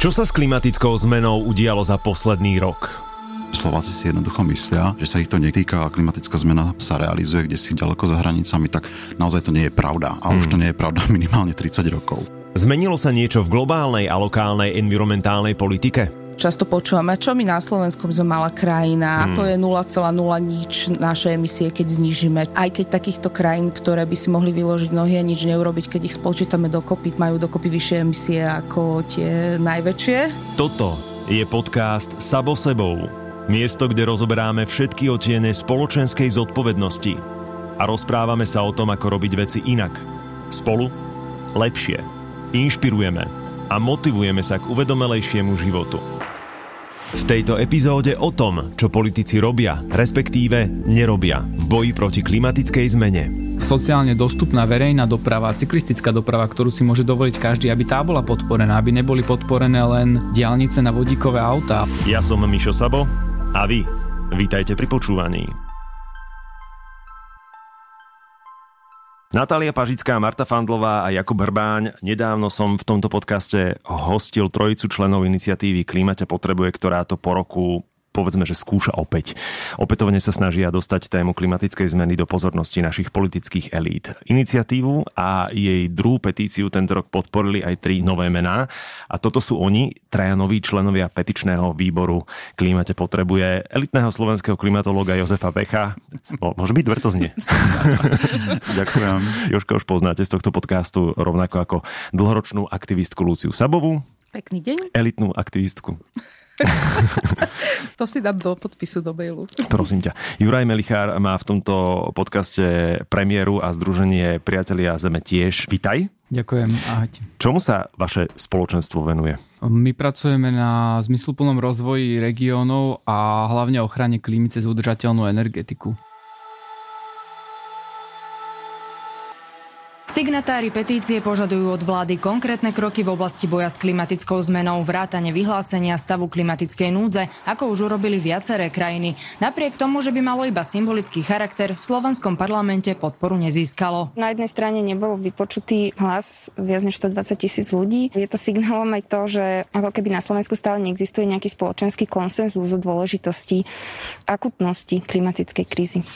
Čo sa s klimatickou zmenou udialo za posledný rok? Slováci si jednoducho myslia, že sa ich to netýka a klimatická zmena sa realizuje kdesi ďaleko za hranicami, tak naozaj to nie je pravda. A už to nie je pravda minimálne 30 rokov. Zmenilo sa niečo v globálnej a lokálnej environmentálnej politike? Často počúvame, čo my na Slovensku sme malá krajina, to je 0,0 nič naše emisie, keď znížime. Aj keď takýchto krajín, ktoré by si mohli vyložiť nohy a nič neurobiť, keď ich spočítame dokopy, majú dokopy vyššie emisie ako tie najväčšie. Toto je podcast Sabo sebou. Miesto, kde rozoberáme všetky otiene spoločenskej zodpovednosti a rozprávame sa o tom, ako robiť veci inak. Spolu, lepšie. Inšpirujeme a motivujeme sa k uvedomelejšiemu životu. V tejto epizóde o tom, čo politici robia, respektíve nerobia v boji proti klimatickej zmene. Sociálne dostupná verejná doprava, cyklistická doprava, ktorú si môže dovoliť každý, aby tá bola podporená, aby neboli podporené len diaľnice na vodíkové autá. Ja som Mišo Sabo a vy, vítajte pri počúvaní. Natália Pažická, Marta Fandlová a Jakub Hrbáň. Nedávno som v tomto podcaste hostil trojicu členov iniciatívy Klíma ťa potrebuje, ktorá to po roku povedzme, že skúša opäť. Opätovne sa snažia dostať tému klimatickej zmeny do pozornosti našich politických elít. Iniciatívu a jej druhú petíciu tento rok podporili aj 3 nové mená. A toto sú oni, 3 noví členovia petičného výboru Klíma ťa potrebuje, elitného slovenského klimatológa Jozefa Becha. Môže byť, dver to znie. Ďakujem. Jožka už poznáte z tohto podcastu, rovnako ako dlhoročnú aktivistku Luciu Sabovú. Pekný deň. Elitnú aktivistku. To si dám do podpisu do mailu. Prosím ťa. Juraj Melichár má v tomto podcaste premiéru a združenie Priatelia Zeme tiež. Vitaj. Ďakujem, ahojte. Čomu sa vaše spoločenstvo venuje? My pracujeme na zmysluplnom rozvoji regiónov a hlavne ochrane klímy cez udržateľnú energetiku. Signatári petície požadujú od vlády konkrétne kroky v oblasti boja s klimatickou zmenou, vrátane vyhlásenia stavu klimatickej núdze, ako už urobili viaceré krajiny. Napriek tomu, že by malo iba symbolický charakter, v slovenskom parlamente podporu nezískalo. Na jednej strane nebol vypočutý hlas viac než 120 000 ľudí. Je to signálom aj to, že ako keby na Slovensku stále neexistuje nejaký spoločenský konsenzus o dôležitosti akutnosti klimatickej krízy.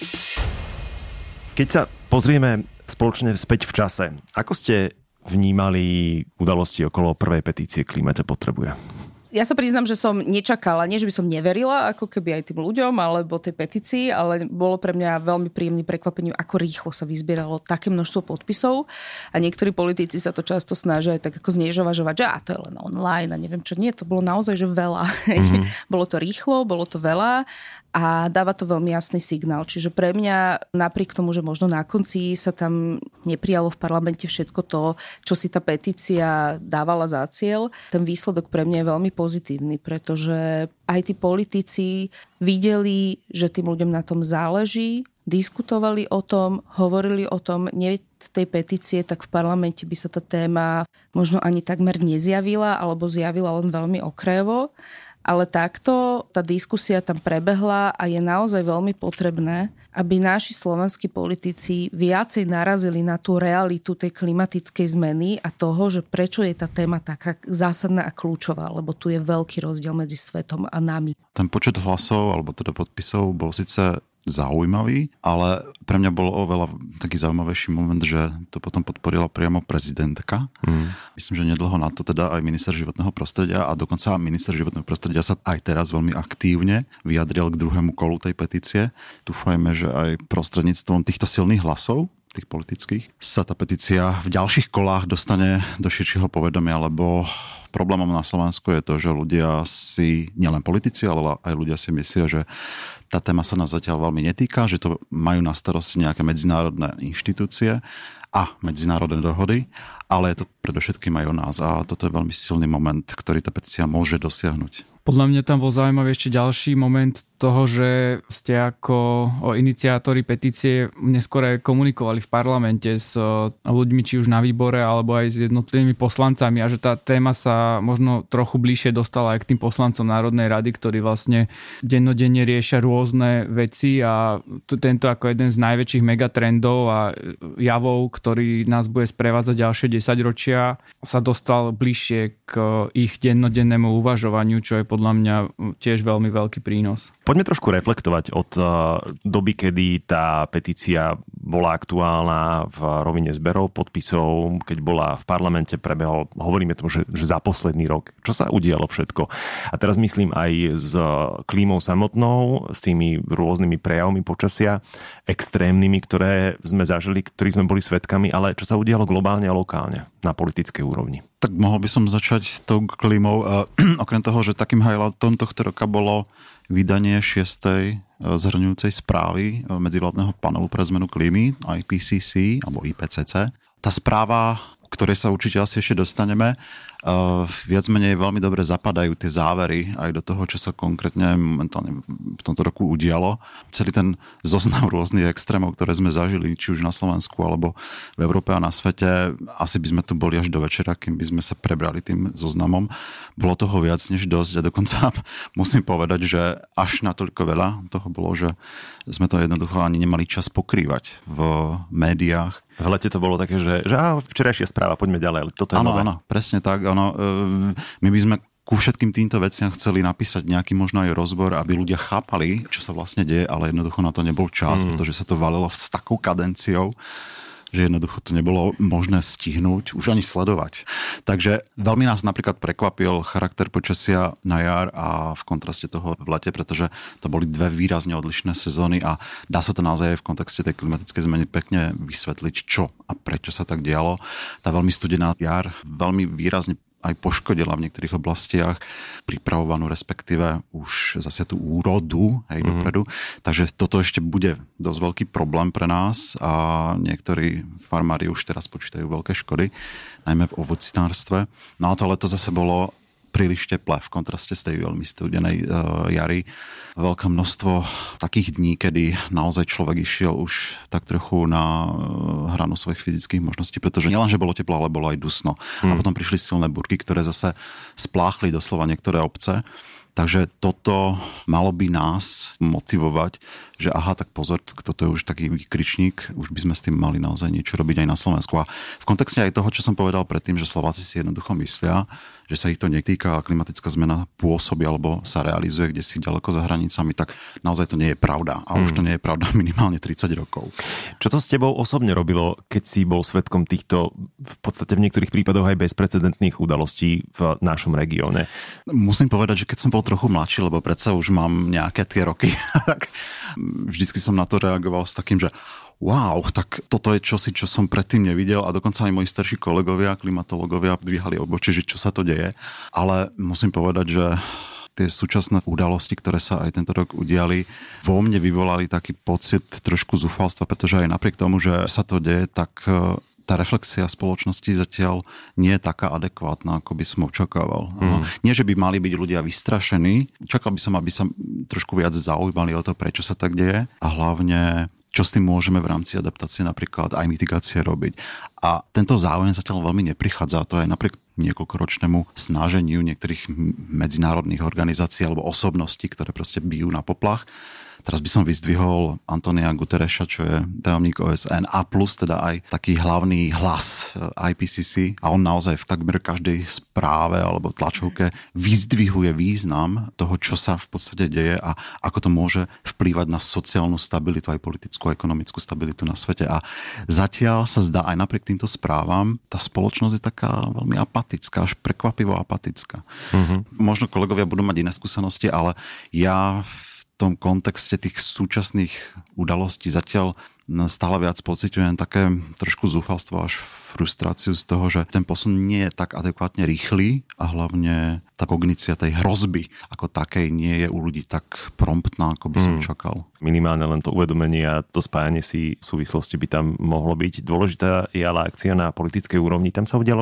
Keď sa pozrieme spoločne späť v čase, ako ste vnímali udalosti okolo prvej petície Klíma ťa potrebuje? Ja sa priznám, že som nečakala, nie že by som neverila, ako keby aj tým ľuďom, alebo tej petícii, ale bolo pre mňa veľmi príjemným prekvapením, ako rýchlo sa vyzbieralo také množstvo podpisov a niektorí politici sa to často snažia aj tak ako zniežovažovať, že to je len online a neviem čo. Nie, to bolo naozaj, že veľa. Bolo to rýchlo, bolo to veľa a dáva to veľmi jasný signál. Čiže pre mňa, napriek tomu, že možno na konci sa tam neprijalo v parlamente všetko to, čo si tá petícia dávala za cieľ, ten výsledok pre mňa je veľmi pozitívny, pretože aj tí politici videli, že tým ľuďom na tom záleží, diskutovali o tom, hovorili o tom, nie tej petície, tak v parlamente by sa tá téma možno ani takmer nezjavila, alebo zjavila len veľmi okrajovo. Ale takto tá diskusia tam prebehla a je naozaj veľmi potrebné, aby naši slovenskí politici viacej narazili na tú realitu tej klimatickej zmeny a toho, že prečo je tá téma taká zásadná a kľúčová, lebo tu je veľký rozdiel medzi svetom a nami. Ten počet hlasov, alebo teda podpisov bol síce zaujímavý, ale pre mňa bol oveľa taký zaujímavejší moment, že to potom podporila priamo prezidentka. Myslím, že nedlho na to teda aj minister životného prostredia a dokonca minister životného prostredia sa aj teraz veľmi aktívne vyjadril k druhému kolu tej petície. Dúfajme, že aj prostredníctvom týchto silných hlasov, tých politických, sa tá petícia v ďalších kolách dostane do širšieho povedomia, lebo problémom na Slovensku je to, že ľudia si, nielen politici, ale aj ľudia si myslia, že tá téma sa nás zatiaľ veľmi netýka, že to majú na starosti nejaké medzinárodné inštitúcie a medzinárodné dohody, ale je to predovšetkým aj o nás a toto je veľmi silný moment, ktorý tá petícia môže dosiahnuť. Podľa mňa tam bol zaujímavý ešte ďalší moment, toho, že ste ako iniciátori petície neskôr aj komunikovali v parlamente s ľuďmi, či už na výbore, alebo aj s jednotlivými poslancami a že tá téma sa možno trochu bližšie dostala aj k tým poslancom Národnej rady, ktorí vlastne dennodenne riešia rôzne veci a tento ako jeden z najväčších megatrendov a javov, ktorý nás bude sprevádzať ďalšie 10 ročia, sa dostal bližšie k ich dennodennému uvažovaniu, čo je podľa mňa tiež veľmi veľký prínos. Poďme trošku reflektovať od doby, kedy tá petícia bola aktuálna v rovine zberov podpisov, keď bola v parlamente, prebehol, hovoríme tomu, že za posledný rok. Čo sa udialo všetko? A teraz myslím aj s klímou samotnou, s tými rôznymi prejavmi počasia, extrémnymi, ktoré sme zažili, ktorých sme boli svedkami, ale čo sa udialo globálne a lokálne na politickej úrovni? Tak mohol by som začať tou klímou. Okrem toho, že takým highlightom tohto roka bolo vydanie 6. zhrňujúcej správy medzivládneho panelu pre zmenu klímy IPCC alebo IPCC. Tá správa, ktorej sa určite asi ešte dostaneme, viac menej veľmi dobre zapadajú tie závery aj do toho, čo sa konkrétne momentálne v tomto roku udialo. Celý ten zoznam rôznych extrémov, ktoré sme zažili, či už na Slovensku alebo v Európe a na svete, asi by sme tu boli až do večera, kým by sme sa prebrali tým zoznamom. Bolo toho viac než dosť a dokonca musím povedať, že až natoľko veľa toho bolo, že sme to jednoducho ani nemali čas pokrývať v médiách. V lete to bolo také, že včerajšia správa, poďme ďalej. Toto je nové. Áno, presne tak. My by sme ku všetkým týmto veciam chceli napísať nejaký možno aj rozbor, aby ľudia chápali, čo sa vlastne deje, ale jednoducho na to nebol čas, pretože sa to valilo s takou kadenciou, že jednoducho to nebolo možné stihnúť, už ani sledovať. Takže veľmi nás napríklad prekvapil charakter počasia na jar a v kontraste toho v lete, pretože to boli dve výrazne odlišné sezóny a dá sa to naozaj aj v kontexte tej klimatickej zmeny pekne vysvetliť, čo a prečo sa tak dialo. Tá veľmi studená jar veľmi výrazne aj poškodila v niektorých oblastiach pripravovanú, respektíve už zase tú úrodu dopredu. Takže toto ešte bude dosť veľký problém pre nás a niektorí farmári už teraz počítajú veľké škody, najmä v ovocnárstve. No a to leto zase bolo príliš teplé v kontraste s tej veľmi studenej jary. Veľké množstvo takých dní, kedy naozaj človek išiel už tak trochu na hranu svojich fyzických možností, pretože nielen, že bolo teplo, ale bolo aj dusno. A potom prišli silné búrky, ktoré zase spláchli doslova niektoré obce. Takže toto malo by nás motivovať, že aha, tak pozor, toto je už taký výkričník, už by sme s tým mali naozaj niečo robiť aj na Slovensku. A v kontexte aj toho, čo som povedal predtým, že Slováci si jednoducho myslia, že sa ich to netýka a klimatická zmena pôsobí alebo sa realizuje kde si ďaleko za hranicami, tak naozaj to nie je pravda. A už to nie je pravda minimálne 30 rokov. Čo to s tebou osobne robilo, keď si bol svedkom týchto v podstate v niektorých prípadoch aj bezprecedentných udalostí v našom regióne? Musím povedať, že keď som bol trochu mladší, lebo predsa už mám nejaké tie roky, tak vždycky som na to reagoval s takým, že wow, tak toto je čosi, čo som predtým nevidel a dokonca aj moji starší kolegovia, klimatológovia dvíhali obočie, že čo sa to deje. Ale musím povedať, že tie súčasné udalosti, ktoré sa aj tento rok udiali, vo mne vyvolali taký pocit trošku zúfalstva, pretože aj napriek tomu, že sa to deje, tak tá reflexia spoločnosti zatiaľ nie je taká adekvátna, ako by som očakával. Nie, že by mali byť ľudia vystrašení, čakal by som, aby sa trošku viac zaujímali o to, prečo sa tak deje a hlavne čo s tým môžeme v rámci adaptácie napríklad aj mitigácie robiť. A tento záujem zatiaľ veľmi neprichádza. To aj napriek niekoľkoročnému snaženiu niektorých medzinárodných organizácií alebo osobností, ktoré proste bijú na poplach. Teraz by som vyzdvihol Antonia Gutereša, čo je tajomník OSN a plus teda aj taký hlavný hlas IPCC a on naozaj v takmer každej správe alebo tlačovke vyzdvihuje význam toho, čo sa v podstate deje a ako to môže vplývať na sociálnu stabilitu, aj politickú a ekonomickú stabilitu na svete. A zatiaľ sa zdá aj napriek týmto správam, tá spoločnosť je taká veľmi apatická, až prekvapivo apatická. Možno kolegovia budú mať iné skúsenosti, ale ja v tom kontexte tých súčasných udalostí zatiaľ stále viac pociťujem také trošku zúfalstvo až frustráciu z toho, že ten posun nie je tak adekvátne rýchly a hlavne tá kognícia tej hrozby ako takej nie je u ľudí tak promptná, ako by som čakal. Minimálne len to uvedomenie a to spájanie si súvislosti by tam mohlo byť. Dôležitá je ale akcia na politickej úrovni. Tam sa udialo čo?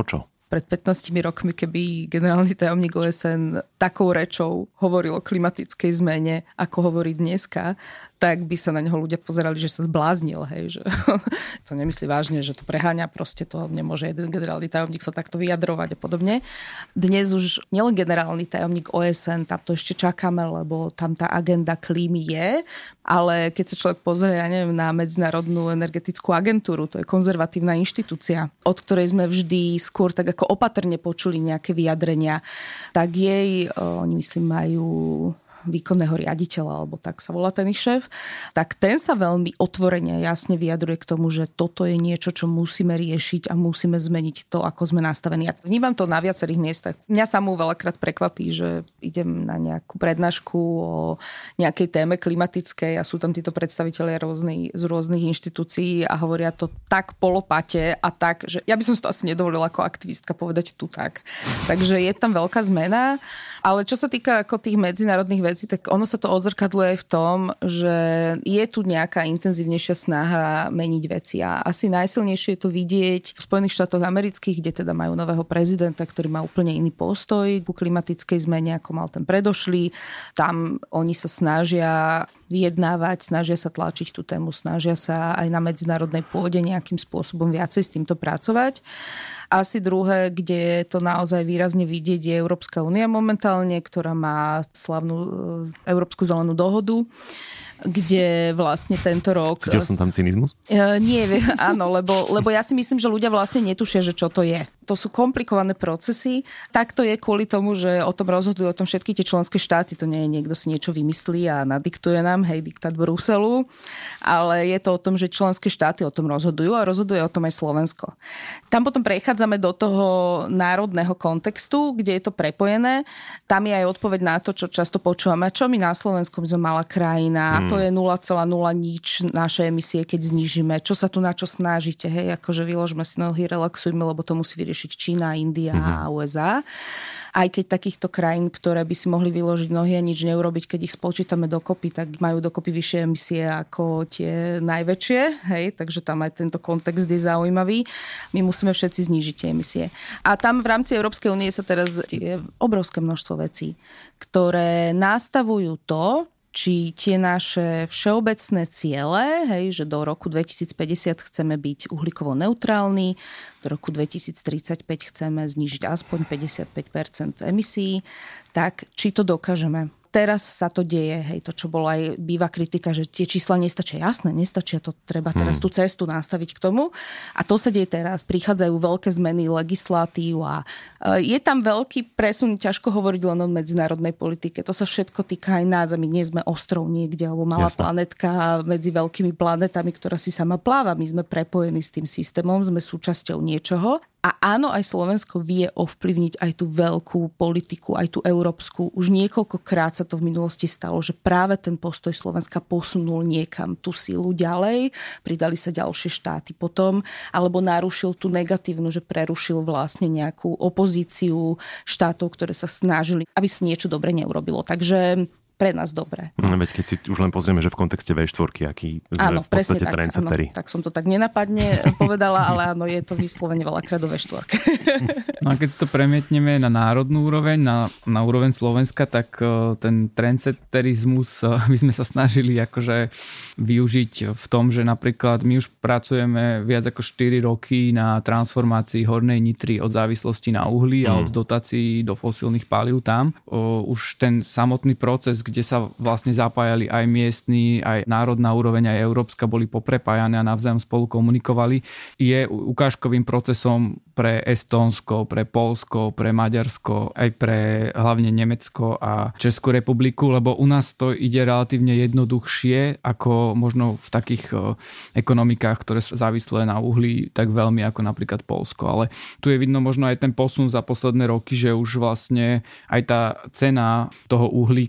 pred 15 rokmi, keby generálny tajomník OSN takou rečou hovoril o klimatickej zmene, ako hovorí dneska, tak by sa na neho ľudia pozerali, že sa zbláznil, hej, že to nemyslí vážne, že to preháňa, proste to nemôže jeden generálny tajomník sa takto vyjadrovať a podobne. Dnes už nielen generálny tajomník OSN, tam to ešte čakáme, lebo tam tá agenda klímy je, ale keď sa človek pozrie, ja neviem, na Medzinárodnú energetickú agentúru, to je konzervatívna inštitúcia, od ktorej sme vždy skôr tak ako opatrne počuli nejaké vyjadrenia, tak jej, oni myslím, majú výkonného riaditeľa, alebo tak sa volá ten ich šéf, tak ten sa veľmi otvorene jasne vyjadruje k tomu, že toto je niečo, čo musíme riešiť a musíme zmeniť to, ako sme nastavení. Ja vnímam to na viacerých miestach. Mňa samú veľakrát prekvapí, že idem na nejakú prednášku o nejakej téme klimatickej a sú tam títo predstavitelia z rôznych inštitúcií a hovoria to tak polopate a tak, že ja by som si to asi nedovolila ako aktivistka povedať tu tak. Takže je tam veľká zmena, ale čo sa týka ako tých medzinárodných vecí, tak ono sa to odzrkadluje aj v tom, že je tu nejaká intenzívnejšia snaha meniť veci. A asi najsilnejšie je to vidieť v Spojených štátoch amerických, kde teda majú nového prezidenta, ktorý má úplne iný postoj ku klimatickej zmene, ako mal ten predošlý. Tam oni sa snažia vyjednávať, snažia sa tlačiť tú tému, snažia sa aj na medzinárodnej pôde nejakým spôsobom viacej s týmto pracovať. Asi druhé, kde to naozaj výrazne vidieť, je Európska únia momentálne, ktorá má slavnú Európsku zelenú dohodu, kde vlastne tento rok... Cítil som tam cynizmus? Nie, áno, lebo ja si myslím, že ľudia vlastne netušia, že čo to je. To sú komplikované procesy. Tak to je kvôli tomu, že o tom rozhodujú o tom všetky tie členské štáty. To nie je niekto si niečo vymyslí a nadiktuje nám, hej, diktát Bruselu. Ale je to o tom, že členské štáty o tom rozhodujú a rozhoduje o tom aj Slovensko. Tam potom prechádzame do toho národného kontextu, kde je to prepojené. Tam je aj odpoveď na to, čo často počúvame. Čo my na Slovensku, my sme malá krajina, to je 0,0 nič naše emisie, keď znížime. Čo sa tu na čo snažíte, hej, akože vyložme si nohy, relaxujme, lebo to musí vyriešiť Čína, India a USA. Aj keď takýchto krajín, ktoré by si mohli vyložiť nohy a nič neurobiť, keď ich spočítame dokopy, tak majú dokopy vyššie emisie ako tie najväčšie, hej, takže tam aj tento kontext je zaujímavý. My musíme všetci znížiť tie emisie. A tam v rámci Európskej únie sa teraz je obrovské množstvo vecí, ktoré nastavujú to, či tie naše všeobecné ciele, hej, že do roku 2050 chceme byť uhlíkovo neutrálni, do roku 2035 chceme znížiť aspoň 55% emisí, tak či to dokážeme. Teraz sa to deje, hej, to, čo bolo aj býva kritika, že tie čísla nestačia. Jasné, nestačia, to treba teraz tú cestu nastaviť k tomu. A to sa deje teraz. Prichádzajú veľké zmeny legislatív a je tam veľký presun, ťažko hovoriť len o medzinárodnej politike. To sa všetko týka aj nás a my nie sme ostrov niekde, alebo malá planetka medzi veľkými planetami, ktorá si sama pláva. My sme prepojení s tým systémom, sme súčasťou niečoho. A áno, aj Slovensko vie ovplyvniť aj tú veľkú politiku, aj tú európsku. Už niekoľkokrát sa to v minulosti stalo, že práve ten postoj Slovenska posunul niekam tú silu ďalej, pridali sa ďalšie štáty potom, alebo narušil tú negatívnu, že prerušil vlastne nejakú opozíciu štátov, ktoré sa snažili, aby sa niečo dobre neurobilo. Takže pre nás dobré. Veď keď si už len pozrieme, že v kontexte V4, aký sme v podstate trendsetteri. Tak som to tak nenapadne povedala, ale áno, je to vyslovene veľakrát do V4. No a keď si to premietneme na národnú úroveň, na úroveň Slovenska, tak ten trendsetterizmus my sme sa snažili akože využiť v tom, že napríklad my už pracujeme viac ako 4 roky na transformácii Hornej Nitry od závislosti na uhlí a od dotácií do fosílnych palív tam. Už ten samotný proces, kde sa vlastne zapájali aj miestni, aj národná úroveň, aj európska, boli poprepájane a navzájom spolu komunikovali, je ukážkovým procesom pre Estónsko, pre Poľsko, pre Maďarsko, aj pre hlavne Nemecko a Českú republiku, lebo u nás to ide relatívne jednoduchšie ako možno v takých ekonomikách, ktoré sú závislé na uhlí tak veľmi ako napríklad Poľsko. Ale tu je vidno možno aj ten posun za posledné roky, že už vlastne aj tá cena toho uhlíka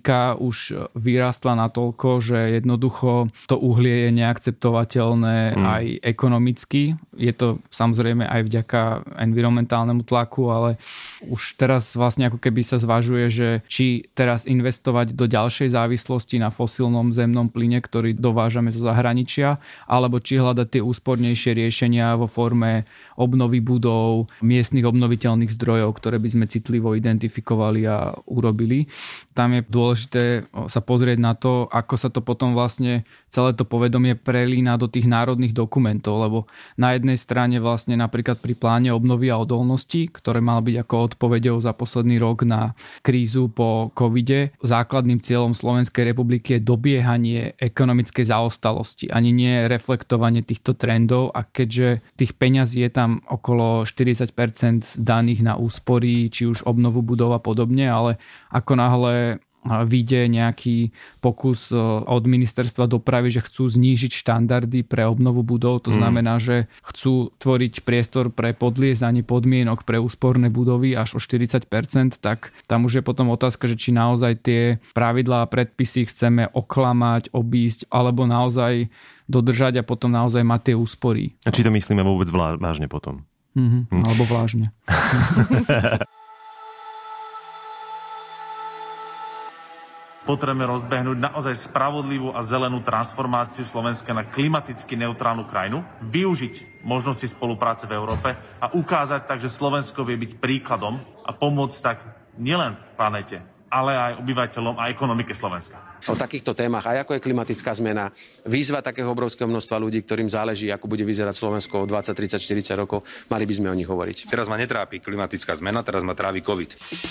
už vyrástla natoľko, že jednoducho to uhlie je neakceptovateľné aj ekonomicky. Je to samozrejme aj vďaka environmentálnemu tlaku, ale už teraz vlastne ako keby sa zvažuje, že či teraz investovať do ďalšej závislosti na fosílnom zemnom plyne, ktorý dovážame zo zahraničia, alebo či hľadať tie úspornejšie riešenia vo forme obnovy budov, miestnych obnoviteľných zdrojov, ktoré by sme citlivo identifikovali a urobili. Tam je dôležité sa pozrieť na to, ako sa to potom vlastne celé to povedomie prelína do tých národných dokumentov, lebo na jednej strane vlastne napríklad pri pláne obnovy a odolnosti, ktoré mal byť ako odpoveďou za posledný rok na krízu po covide, základným cieľom Slovenskej republiky je dobiehanie ekonomickej zaostalosti, ani nie reflektovanie týchto trendov, a keďže tých peňazí je tam okolo 40% daných na úspory, či už obnovu budov a podobne, ale ako náhle vyjde nejaký pokus od ministerstva dopravy, že chcú znížiť štandardy pre obnovu budov. To znamená, že chcú tvoriť priestor pre podliezanie podmienok pre úsporné budovy až o 40%, tak tam už je potom otázka, že či naozaj tie pravidlá a predpisy chceme oklamať, obísť, alebo naozaj dodržať a potom naozaj mať tie úspory. A či to myslíme vôbec vážne potom? Alebo vážne. Potrebujeme rozbehnúť naozaj spravodlivú a zelenú transformáciu Slovenska na klimaticky neutrálnu krajinu, využiť možnosti spolupráce v Európe a ukázať tak, že Slovensko vie byť príkladom a pomôcť tak nielen planete, ale aj obyvateľom a ekonomike Slovenska. O takýchto témach, aj ako je klimatická zmena, výzva takého obrovského množstva ľudí, ktorým záleží, ako bude vyzerať Slovensko o 20, 30, 40 rokov, mali by sme o nich hovoriť. Teraz ma netrápi klimatická zmena, teraz ma trápi COVID.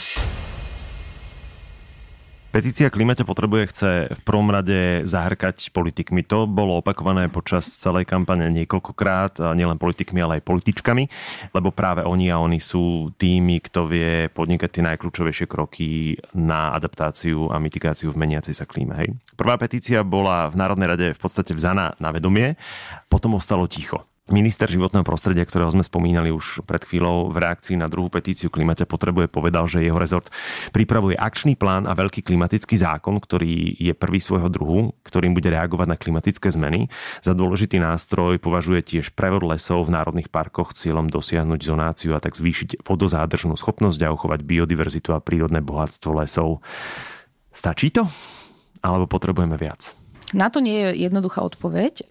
Petícia Klimate potrebuje chce v prvom rade zahrkať politikmi. To bolo opakované počas celej kampane niekoľkokrát, nielen politikmi, ale aj političkami, lebo práve oni sú tými, kto vie podnikať tie najkľúčovejšie kroky na adaptáciu a mitigáciu v meniacej sa klíme. Hej. Prvá petícia bola v Národnej rade v podstate vzaná na vedomie, potom ostalo ticho. Minister životného prostredia, ktorého sme spomínali už pred chvíľou v reakcii na druhú petíciu Klimate potrebuje, povedal, že jeho rezort pripravuje akčný plán a veľký klimatický zákon, ktorý je prvý svojho druhu, ktorým bude reagovať na klimatické zmeny. Za dôležitý nástroj považuje tiež prevod lesov v národných parkoch s cieľom dosiahnuť zonáciu a tak zvýšiť vodozádržnú schopnosť a uchovať biodiverzitu a prírodné bohatstvo lesov. Stačí to? Alebo potrebujeme viac? Na to nie je jednoduchá odpoveď.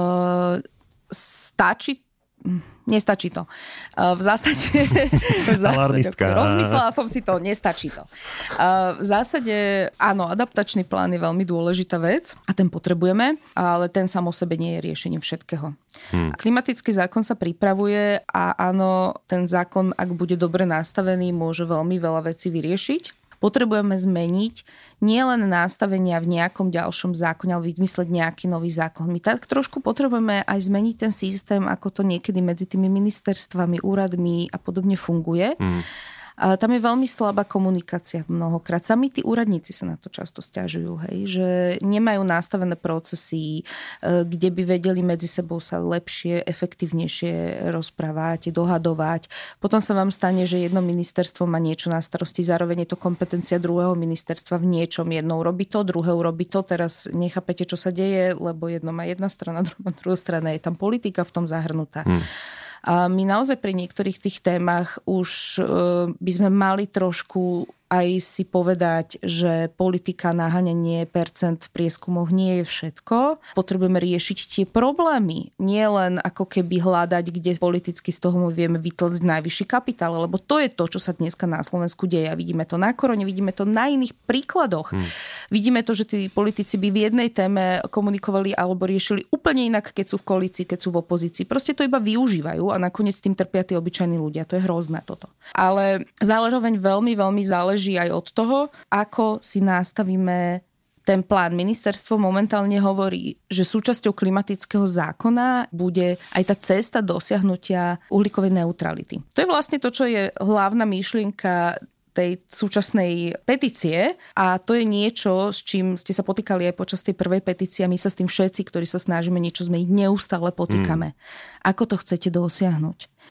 Nestačí to. V zásade rozmyslela som si to, nestačí to. V zásade áno, adaptačný plán je veľmi dôležitá vec a ten potrebujeme, ale ten sám o sebe nie je riešením všetkého. Klimatický zákon sa pripravuje a áno, ten zákon, ak bude dobre nastavený, môže veľmi veľa vecí vyriešiť. Potrebujeme zmeniť nielen nastavenia v nejakom ďalšom zákone, ale vymysleť nejaký nový zákon. My tak trošku potrebujeme aj zmeniť ten systém, ako to niekedy medzi tými ministerstvami, úradmi a podobne funguje. A tam je veľmi slabá komunikácia mnohokrát. Sami tí úradníci sa na to často sťažujú, hej, že nemajú nastavené procesy, kde by vedeli medzi sebou sa lepšie, efektívnejšie rozprávať, dohadovať. Potom sa vám stane, že jedno ministerstvo má niečo na starosti, zároveň je to kompetencia druhého ministerstva v niečom. Jednou robí to, druhé urobí to. Teraz nechápete, čo sa deje, lebo jedno má jedna strana, druhá strana je tam politika v tom zahrnutá. A my naozaj pri niektorých tých témach už by sme mali trošku aj si povedať, že politika, naháňanie percent v prieskumoch nie je všetko. Potrebujeme riešiť tie problémy. Nie len ako keby hľadať, kde politicky z toho vieme vytlcť najvyšší kapitál, lebo to je to, čo sa dneska na Slovensku deje. Vidíme to na korone, vidíme to na iných príkladoch. Vidíme to, že tí politici by v jednej téme komunikovali alebo riešili úplne inak, keď sú v koalícii, keď sú v opozícii. Proste to iba využívajú a nakoniec tým trpia tí obyčajní ľudia. To je hrozné toto. Ale zároveň veľmi, veľmi záleží aj od toho, ako si nastavíme ten plán. Ministerstvo momentálne hovorí, že súčasťou klimatického zákona bude aj tá cesta dosiahnutia uhlíkovej neutrality. To je vlastne to, čo je hlavná myšlienka tej súčasnej petície a to je niečo, s čím ste sa potýkali aj počas tej prvej petície a my sa s tým všetci, ktorí sa snažíme niečo zmeniť, neustále potýkame. Ako to chcete dosiahnuť?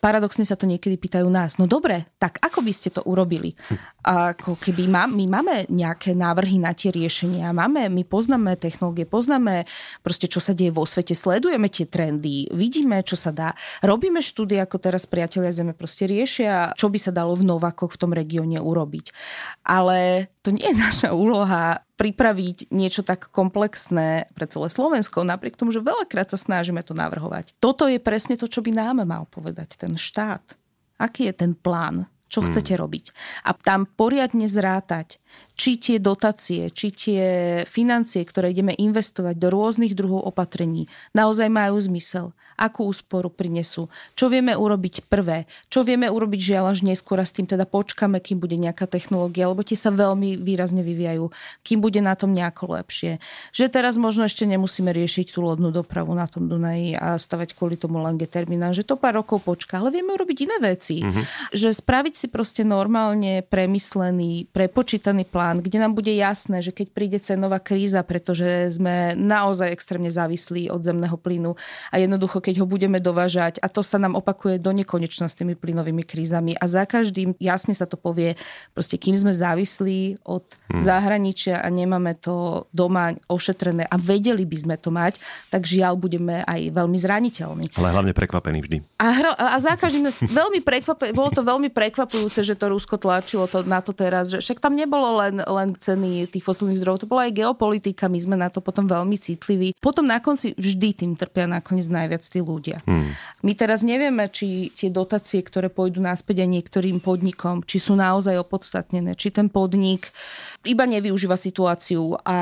paradoxne sa to niekedy pýtajú nás. No dobre, tak ako by ste to urobili? Ako keby my máme nejaké návrhy na tie riešenia, my poznáme technológie, poznáme proste, čo sa deje vo svete, sledujeme tie trendy, vidíme, čo sa dá. Robíme štúdie, ako teraz priatelia Zeme proste riešia, čo by sa dalo v Novakoch v tom regióne urobiť. Ale to nie je naša úloha pripraviť niečo tak komplexné pre celé Slovensko, napriek tomu, že veľakrát sa snažíme to navrhovať. Toto je presne to, čo by nám mal povedať ten štát. Aký je ten plán? Čo chcete robiť? A tam poriadne zrátať, či tie dotácie, či tie financie, ktoré ideme investovať do rôznych druhov opatrení, naozaj majú zmysel. Akú úsporu prinesú? Čo vieme urobiť prvé? Čo vieme urobiť žiaľ až neskôr a s tým teda počkáme, kým bude nejaká technológia, lebo tie sa veľmi výrazne vyvíjajú, kým bude na tom nejako lepšie. Že teraz možno ešte nemusíme riešiť tú lodnú dopravu na tom Dunaji a stavať kvôli tomu LNG terminál, že to pár rokov počká, ale vieme urobiť iné veci. Že spraviť si proste normálne premyslený, prepočítaný plán, kde nám bude jasné, že keď príde cenová kríza, pretože sme naozaj extrémne závislí od zemného plynu a jednoducho, keď ho budeme dovážať, a to sa nám opakuje do nekonečna s tými plynovými krízami a za každým jasne sa to povie, proste kým sme závislí od zahraničia a nemáme to doma ošetrené a vedeli by sme to mať, tak žiaľ budeme aj veľmi zraniteľní. Ale hlavne prekvapení vždy. A za každým bolo to veľmi prekvapujúce, že to Rusko tlačilo na to teraz, že však tam nebolo len ceny tých fosilných zdrojov, to bola aj geopolitika, my sme na to potom veľmi citliví. Potom na konci vždy tým trpia nakoniec najviac tí ľudia. My teraz nevieme, či tie dotácie, ktoré pôjdu naspäť aj niektorým podnikom, či sú naozaj opodstatnené, či ten podnik iba nevyužíva situáciu a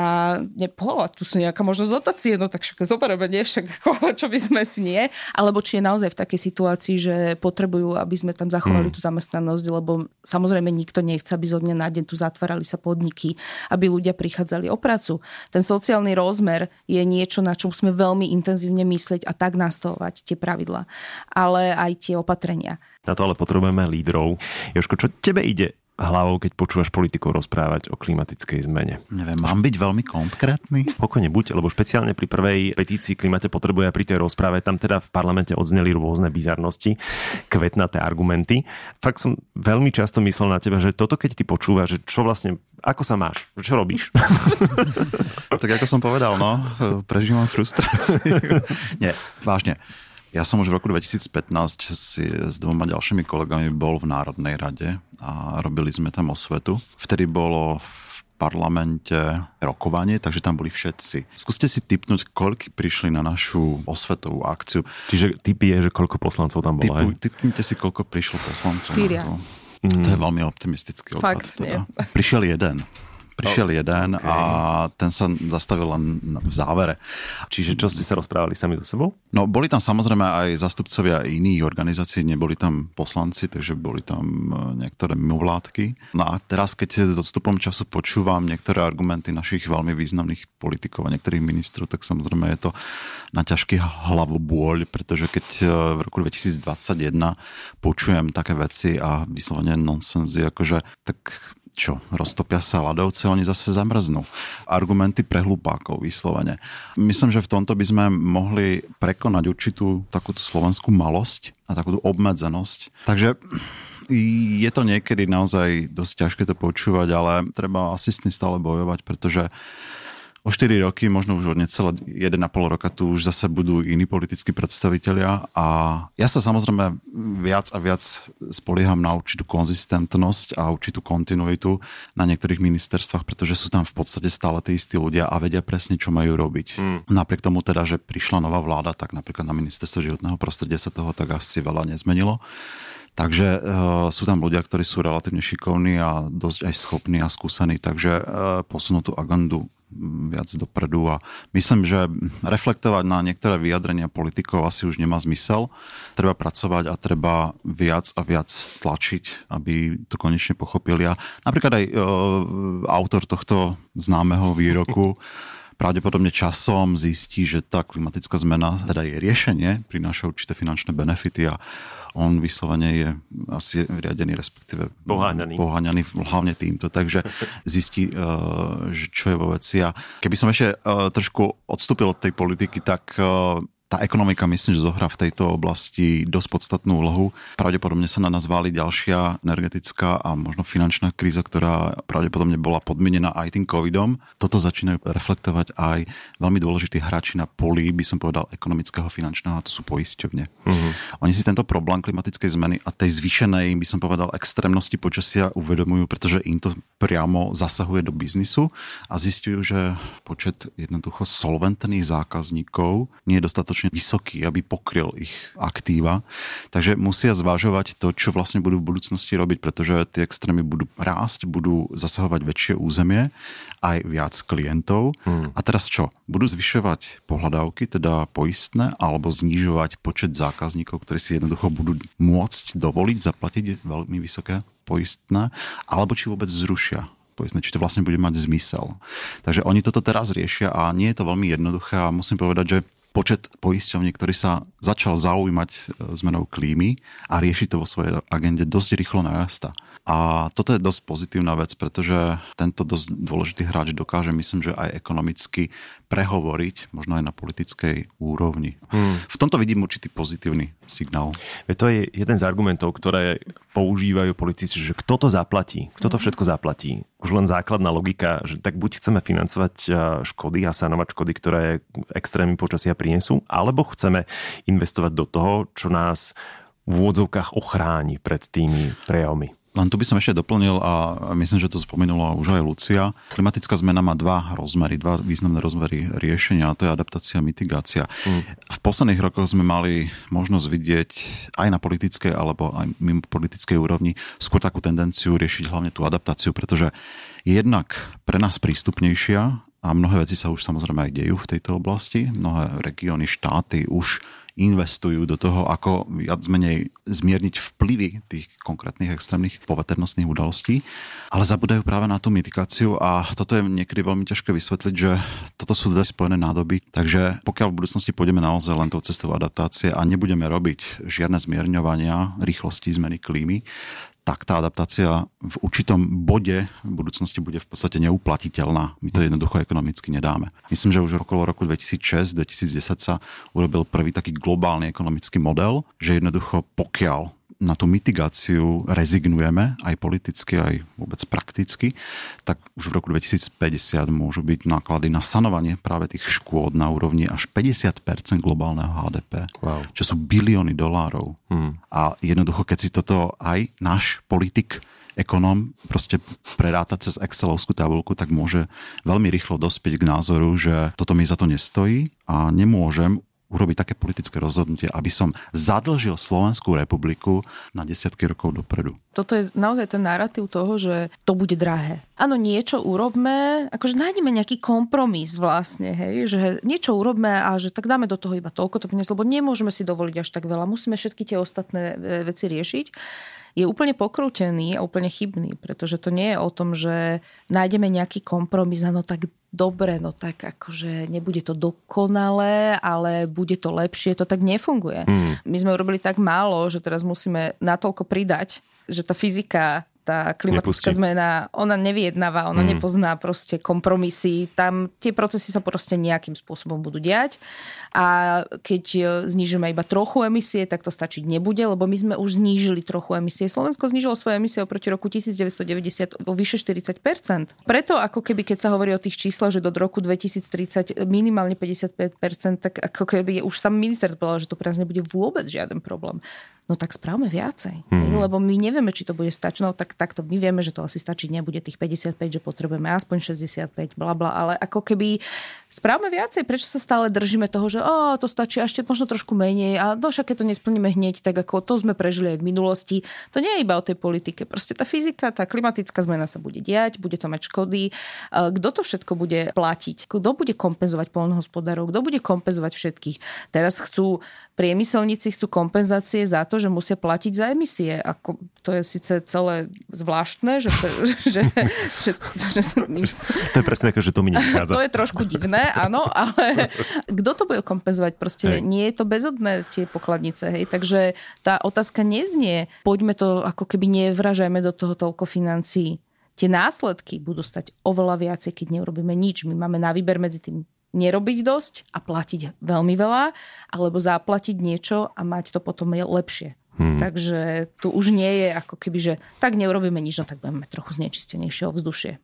tu sú nejaká možnosť dotácie, no tak však zoberieme, nie? Však čo by sme si nie? Alebo či je naozaj v takej situácii, že potrebujú, aby sme tam zachovali tú zamestnanosť, lebo samozrejme nikto nechce, aby zo dňa na deň tu zatvárali sa podniky, aby ľudia prichádzali o prácu. Ten sociálny rozmer je niečo, na čo musíme veľmi intenzívne myslieť a tak nastavovať tie pravidlá, ale aj tie opatrenia. Na to ale potrebujeme lídrov. Jožko, čo tebe ide hlavou, keď počúvaš politikov rozprávať o klimatickej zmene? Neviem, mám byť veľmi konkrétny? Pokojne buď, lebo špeciálne pri prvej petícii Klimate potrebuje a pri tej rozpráve tam teda v parlamente odzneli rôzne bizarnosti, kvetnaté argumenty. Fakt som veľmi často myslel na teba, že toto keď ty počúvaš, že čo vlastne, ako sa máš? Čo robíš? Tak ako som povedal, prežívam frustráciu. Nie, vážne. Ja som už v roku 2015 s dvoma ďalšími kolegami bol v Národnej rade a robili sme tam osvetu. Vtedy bolo v parlamente rokovanie, takže tam boli všetci. Skúste si tipnúť, koľko prišli na našu osvetovú akciu. Čiže typ je, že koľko poslancov tam bolo? Tipnite si, koľko prišlo poslancov. 4. To je veľmi optimistický odhad. Teda. Prišiel jeden a ten sa zastavil len v závere. Čiže čo ste sa rozprávali sami so sebou? No, boli tam samozrejme aj zástupcovia iných organizácií, neboli tam poslanci, takže boli tam niektoré mimovládky. No a teraz, keď s odstupom času počúvam niektoré argumenty našich veľmi významných politikov a niektorých ministrov, tak samozrejme je to na ťažký hlavobôľ, pretože keď v roku 2021 počujem také veci a vyslovene nonsenzy, akože tak čo, roztopia sa ľadovce, oni zase zamrznú. Argumenty pre hlupákov vyslovene. Myslím, že v tomto by sme mohli prekonať určitú takúto slovenskú malosť a takúto obmedzenosť. Takže je to niekedy naozaj dosť ťažké to počúvať, ale treba asi s tým stále bojovať, pretože o 4 roky, možno už od necelé 1,5 roka tu už zase budú iní politickí predstavitelia a ja sa samozrejme viac a viac spolieham na určitú konzistentnosť a určitú kontinuitu na niektorých ministerstvách, pretože sú tam v podstate stále tí istí ľudia a vedia presne, čo majú robiť. Napriek tomu teda, že prišla nová vláda, tak napríklad na ministerstve životného prostredia sa toho tak asi veľa nezmenilo. Takže sú tam ľudia, ktorí sú relatívne šikovní a dosť aj schopní a skúsení, takže posunú tú agendu viac dopredu a myslím, že reflektovať na niektoré vyjadrenia politikov asi už nemá zmysel. Treba pracovať a treba viac a viac tlačiť, aby to konečne pochopili. A napríklad aj autor tohto známeho výroku pravdepodobne časom zistí, že tá klimatická zmena teda je riešenie, prináša určité finančné benefity a on vyslovene je asi riadený, respektíve poháňaný hlavne týmto, takže zistí, čo je vo veci. A keby som ešte trošku odstúpil od tej politiky, tak tá ekonomika, myslím, že zohrá v tejto oblasti dosť podstatnú úlohu. Pravdepodobne sa na nás váli ďalšia energetická a možno finančná kríza, ktorá pravdepodobne bola podmienená aj tým covidom. Toto začínajú reflektovať aj veľmi dôležití hráči na poli, by som povedal, ekonomického, finančného, a to sú poisťovne. Oni si tento problém klimatickej zmeny a tej zvýšenej, by som povedal, extrémnosti počasia uvedomujú, pretože im to priamo zasahuje do biznisu a zistujú, že počet jednoducho solventných zákazníkov nie je dostatočne vysoký, aby pokryl ich aktíva. Takže musia zvažovať to, čo vlastne budú v budúcnosti robiť, pretože tie extrémy budú rásť, budú zasahovať väčšie územie, aj viac klientov. A teraz čo? Budú zvyšovať pohľadávky, teda poistné, alebo znižovať počet zákazníkov, ktorí si jednoducho budú môcť dovoliť zaplatiť veľmi vysoké poistné, alebo či vôbec zrušia poistné, či to vlastne bude mať zmysel. Takže oni toto teraz riešia a nie je to veľmi jednoduché a musím povedať, že počet poisťovní, ktorý sa začal zaujímať zmenou klímy a riešiť to vo svojej agende, dosť rýchlo narastá. A toto je dosť pozitívna vec, pretože tento dosť dôležitý hráč dokáže, myslím, že aj ekonomicky prehovoriť, možno aj na politickej úrovni. V tomto vidím určitý pozitívny signál. To je jeden z argumentov, ktoré používajú politici, že kto to zaplatí, kto to všetko zaplatí. Už len základná logika, že tak buď chceme financovať škody a sanovať škody, ktoré extrémy počasia prinesú, alebo chceme investovať do toho, čo nás v úvodzovkách ochráni pred tými prejavmi. Len tu by som ešte doplnil a myslím, že to spomenula už aj Lucia. Klimatická zmena má dva významné rozmery riešenia, a to je adaptácia a mitigácia. V posledných rokoch sme mali možnosť vidieť aj na politickej alebo aj mimo politickej úrovni skôr takú tendenciu riešiť hlavne tú adaptáciu, pretože je jednak pre nás prístupnejšia a mnohé veci sa už samozrejme aj dejú v tejto oblasti. Mnohé regióny, štáty už investujú do toho, ako viac menej zmierniť vplyvy tých konkrétnych extrémnych poveternostných udalostí, ale zabúdajú práve na tú mitigáciu a toto je niekedy veľmi ťažké vysvetliť, že toto sú dve spojené nádoby. Takže pokiaľ v budúcnosti pôjdeme naozaj len tou cestou adaptácie a nebudeme robiť žiadne zmierňovania rýchlosti zmeny klímy, tak tá adaptácia v určitom bode v budúcnosti bude v podstate neuplatiteľná. My to jednoducho ekonomicky nedáme. Myslím, že už okolo roku 2006-2010 sa urobil prvý taký globálny ekonomický model, že jednoducho pokiaľ na tú mitigáciu rezignujeme, aj politicky, aj vôbec prakticky, tak už v roku 2050 môžu byť náklady na sanovanie práve tých škôd na úrovni až 50% globálneho HDP, čo sú bilióny dolárov. A jednoducho, keď si toto aj náš politik, ekonóm proste preráta cez Excelovskú tabuľku, tak môže veľmi rýchlo dospieť k názoru, že toto mi za to nestojí a nemôžem urobiť také politické rozhodnutie, aby som zadlžil Slovenskú republiku na desiatky rokov dopredu. Toto je naozaj ten narratív toho, že to bude drahé. Áno, niečo urobme, akože nájdeme nejaký kompromis vlastne, hej, že niečo urobme a že tak dáme do toho iba toľko to peniaz, lebo nemôžeme si dovoliť až tak veľa, musíme všetky tie ostatné veci riešiť. Je úplne pokrútený a úplne chybný, pretože to nie je o tom, že nájdeme nejaký kompromis, no tak dobre, no tak akože nebude to dokonalé, ale bude to lepšie, to tak nefunguje. My sme urobili tak málo, že teraz musíme natoľko pridať, že tá fyzika, tá klimatická zmena, ona nevyjednáva, ona nepozná proste kompromisy. Tam tie procesy sa proste nejakým spôsobom budú diať. A keď znížime iba trochu emisie, tak to stačiť nebude, lebo my sme už znížili trochu emisie. Slovensko znížilo svoje emisie oproti roku 1990 o vyše 40%. Preto ako keby, keď sa hovorí o tých číslach, že do roku 2030 minimálne 55%, tak ako keby už sám minister povedal, že to pre nás nebude vôbec žiaden problém. No tak správme viacej. Lebo my nevieme, či to bude stačiť. No takto my vieme, že to asi stačiť nebude tých 55, že potrebujeme aspoň 65, blabla, ale ako keby správme viacej. Prečo sa stále držíme toho, že to stačí ešte možno trošku menej a však keď to nesplníme hneď, tak ako to sme prežili aj v minulosti. To nie je iba o tej politike. Proste tá fyzika, tá klimatická zmena sa bude diať, bude to mať škody. Kto to všetko bude platiť? Kto bude kompenzovať poľnohospodárov? Kto bude kompenzovať všetkých? Teraz priemyselníci chcú kompenzácie za to, že musia platiť za emisie. Ako, to je síce celé zvláštne, že to je presne také, že to mi nevychádza. To je trošku divné, áno, ale kto to bude kompenzovať? Proste nie je to bezodné, tie pokladnice. Hej. Takže tá otázka neznie, poďme to, ako keby nevražajme do toho toľko financií. Tie následky budú stať oveľa viacej, keď neurobíme nič. My máme na výber medzi tým nerobiť dosť a platiť veľmi veľa, alebo zaplatiť niečo a mať to potom lepšie. Takže tu už nie je ako keby, že tak neurobíme nič, no tak budeme trochu znečistenejšie ovzdušie.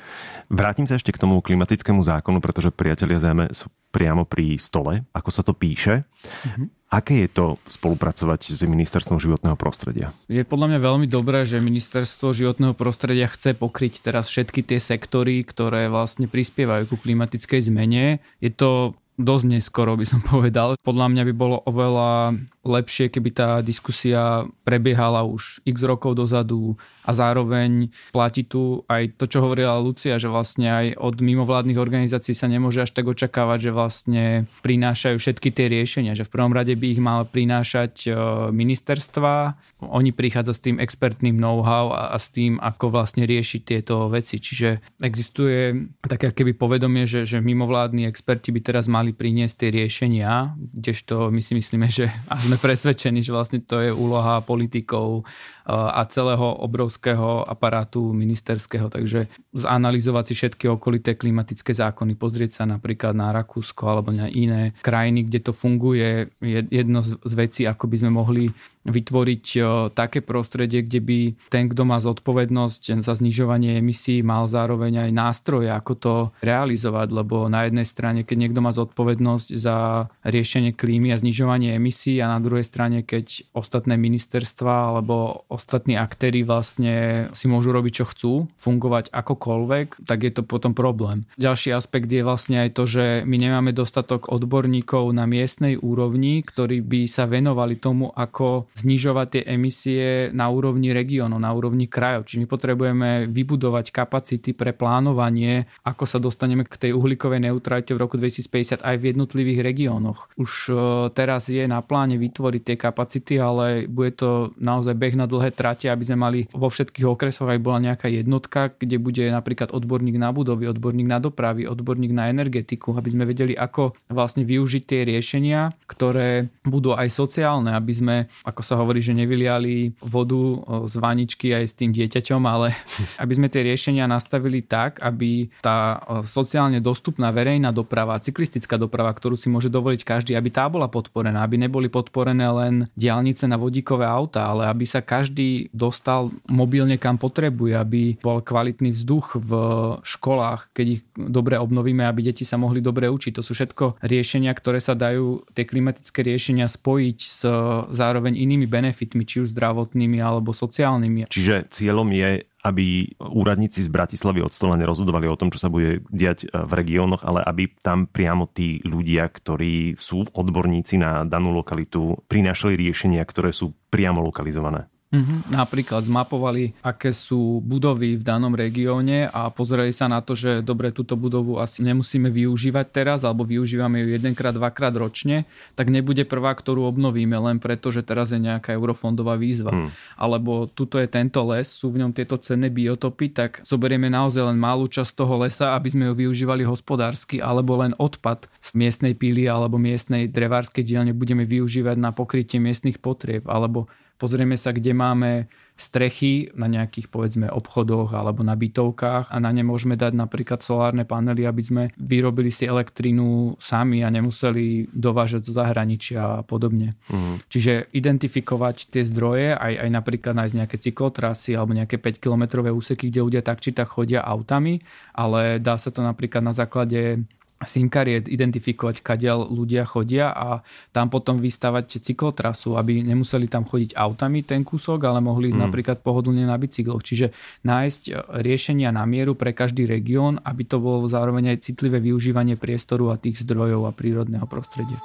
Vrátim sa ešte k tomu klimatickému zákonu, pretože priatelia Zeme sú priamo pri stole, ako sa to píše. Aké je to spolupracovať s Ministerstvom životného prostredia? Je podľa mňa veľmi dobré, že Ministerstvo životného prostredia chce pokryť teraz všetky tie sektory, ktoré vlastne prispievajú ku klimatickej zmene. Je to dosť neskoro, by som povedal. Podľa mňa by bolo oveľa lepšie, keby tá diskusia prebiehala už x rokov dozadu a zároveň platí tu aj to, čo hovorila Lucia, že vlastne aj od mimovládnych organizácií sa nemôže až tak očakávať, že vlastne prinášajú všetky tie riešenia, že v prvom rade by ich mal prinášať ministerstva, oni prichádza s tým expertným know-how a s tým, ako vlastne riešiť tieto veci. Čiže existuje také keby povedomie, že mimovládni experti by teraz mali priniesť tie riešenia, kdežto my si myslíme, že sme presvedčení, že vlastne to je úloha politikov a celého obrovského aparátu ministerského. Takže zanalyzovať si všetky okolité klimatické zákony, pozrieť sa napríklad na Rakúsko alebo na iné krajiny, kde to funguje, je jedno z vecí, ako by sme mohli vytvoriť také prostredie, kde by ten, kto má zodpovednosť za znižovanie emisí, mal zároveň aj nástroje, ako to realizovať, lebo na jednej strane, keď niekto má zodpovednosť za riešenie klímy a znižovanie emisí a na druhej strane, keď ostatné ministerstvá alebo ostatní aktéri vlastne si môžu robiť, čo chcú, fungovať akokoľvek, tak je to potom problém. Ďalší aspekt je vlastne aj to, že my nemáme dostatok odborníkov na miestnej úrovni, ktorí by sa venovali tomu, ako znižovať tie emisie na úrovni regiónov, na úrovni krajov. Čiže my potrebujeme vybudovať kapacity pre plánovanie, ako sa dostaneme k tej uhlíkovej neutralite v roku 2050 aj v jednotlivých regiónoch. Už teraz je na pláne vytvoriť tie kapacity, ale bude to naozaj beh na dlhé trate, aby sme mali vo všetkých okresoch aj bola nejaká jednotka, kde bude napríklad odborník na budovy, odborník na dopravy, odborník na energetiku, aby sme vedeli, ako vlastne využiť tie riešenia, ktoré budú aj sociálne, aby sme, ako sa hovorí, že nevyliali vodu z vaničky aj s tým dieťaťom, ale aby sme tie riešenia nastavili tak, aby tá sociálne dostupná verejná doprava, cyklistická doprava, ktorú si môže dovoliť každý, aby tá bola podporená, aby neboli podporené len diaľnice na vodíkové auta, ale aby sa každý dostal mobilne kam potrebuje, aby bol kvalitný vzduch v školách, keď ich dobre obnovíme, aby deti sa mohli dobre učiť. To sú všetko riešenia, ktoré sa dajú, tie klimatické riešenia spojiť s zároveň inými benefitmi, či už zdravotnými alebo sociálnymi. Čiže cieľom je, aby úradníci z Bratislavy od stola nerozhodovali o tom, čo sa bude diať v regiónoch, ale aby tam priamo tí ľudia, ktorí sú odborníci na danú lokalitu, prinášali riešenia, ktoré sú priamo lokalizované. Napríklad zmapovali, aké sú budovy v danom regióne a pozreli sa na to, že dobre, túto budovu asi nemusíme využívať teraz, alebo využívame ju 1-2 krát ročne, tak nebude prvá, ktorú obnovíme len preto, že teraz je nejaká eurofondová výzva. Alebo tuto je tento les, sú v ňom tieto cenné biotopy, tak zoberieme naozaj len malú časť toho lesa, aby sme ju využívali hospodársky, alebo len odpad z miestnej píly alebo miestnej drevárskej dielne budeme využívať na pokrytie miestnych potrieb, alebo pozrieme sa, kde máme strechy na nejakých, povedzme, obchodoch alebo na bytovkách a na ne môžeme dať napríklad solárne panely, aby sme vyrobili si elektrínu sami a nemuseli dovážať zo zahraničia a podobne. Čiže identifikovať tie zdroje, aj napríklad nájsť nejaké cyklotrasy alebo nejaké 5-kilometrové úseky, kde ľudia tak či tak chodia autami, ale dá sa to napríklad na základe SIM-kariet identifikovať, kadiaľ ľudia chodia a tam potom vystavať cyklotrasu, aby nemuseli tam chodiť autami ten kúsok, ale mohli ísť napríklad pohodlne na bicykloch. Čiže nájsť riešenia na mieru pre každý región, aby to bolo zároveň aj citlivé využívanie priestoru a tých zdrojov a prírodného prostredia.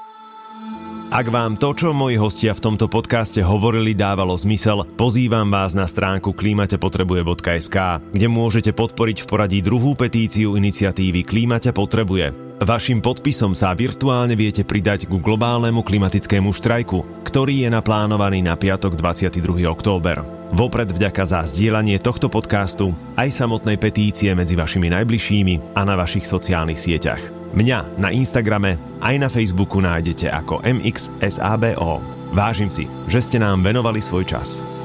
Ak vám to, čo moji hostia v tomto podcaste hovorili, dávalo zmysel, pozývam vás na stránku klimatepotrebuje.sk, kde môžete podporiť v poradí druhú petíciu iniciatívy Klíma ťa potrebuje. Vašim podpisom sa virtuálne viete pridať ku globálnemu klimatickému štrajku, ktorý je naplánovaný na piatok 22. október. Vopred vďaka za zdieľanie tohto podcastu aj samotnej petície medzi vašimi najbližšími a na vašich sociálnych sieťach. Mňa na Instagrame aj na Facebooku nájdete ako MXSABO. Vážim si, že ste nám venovali svoj čas.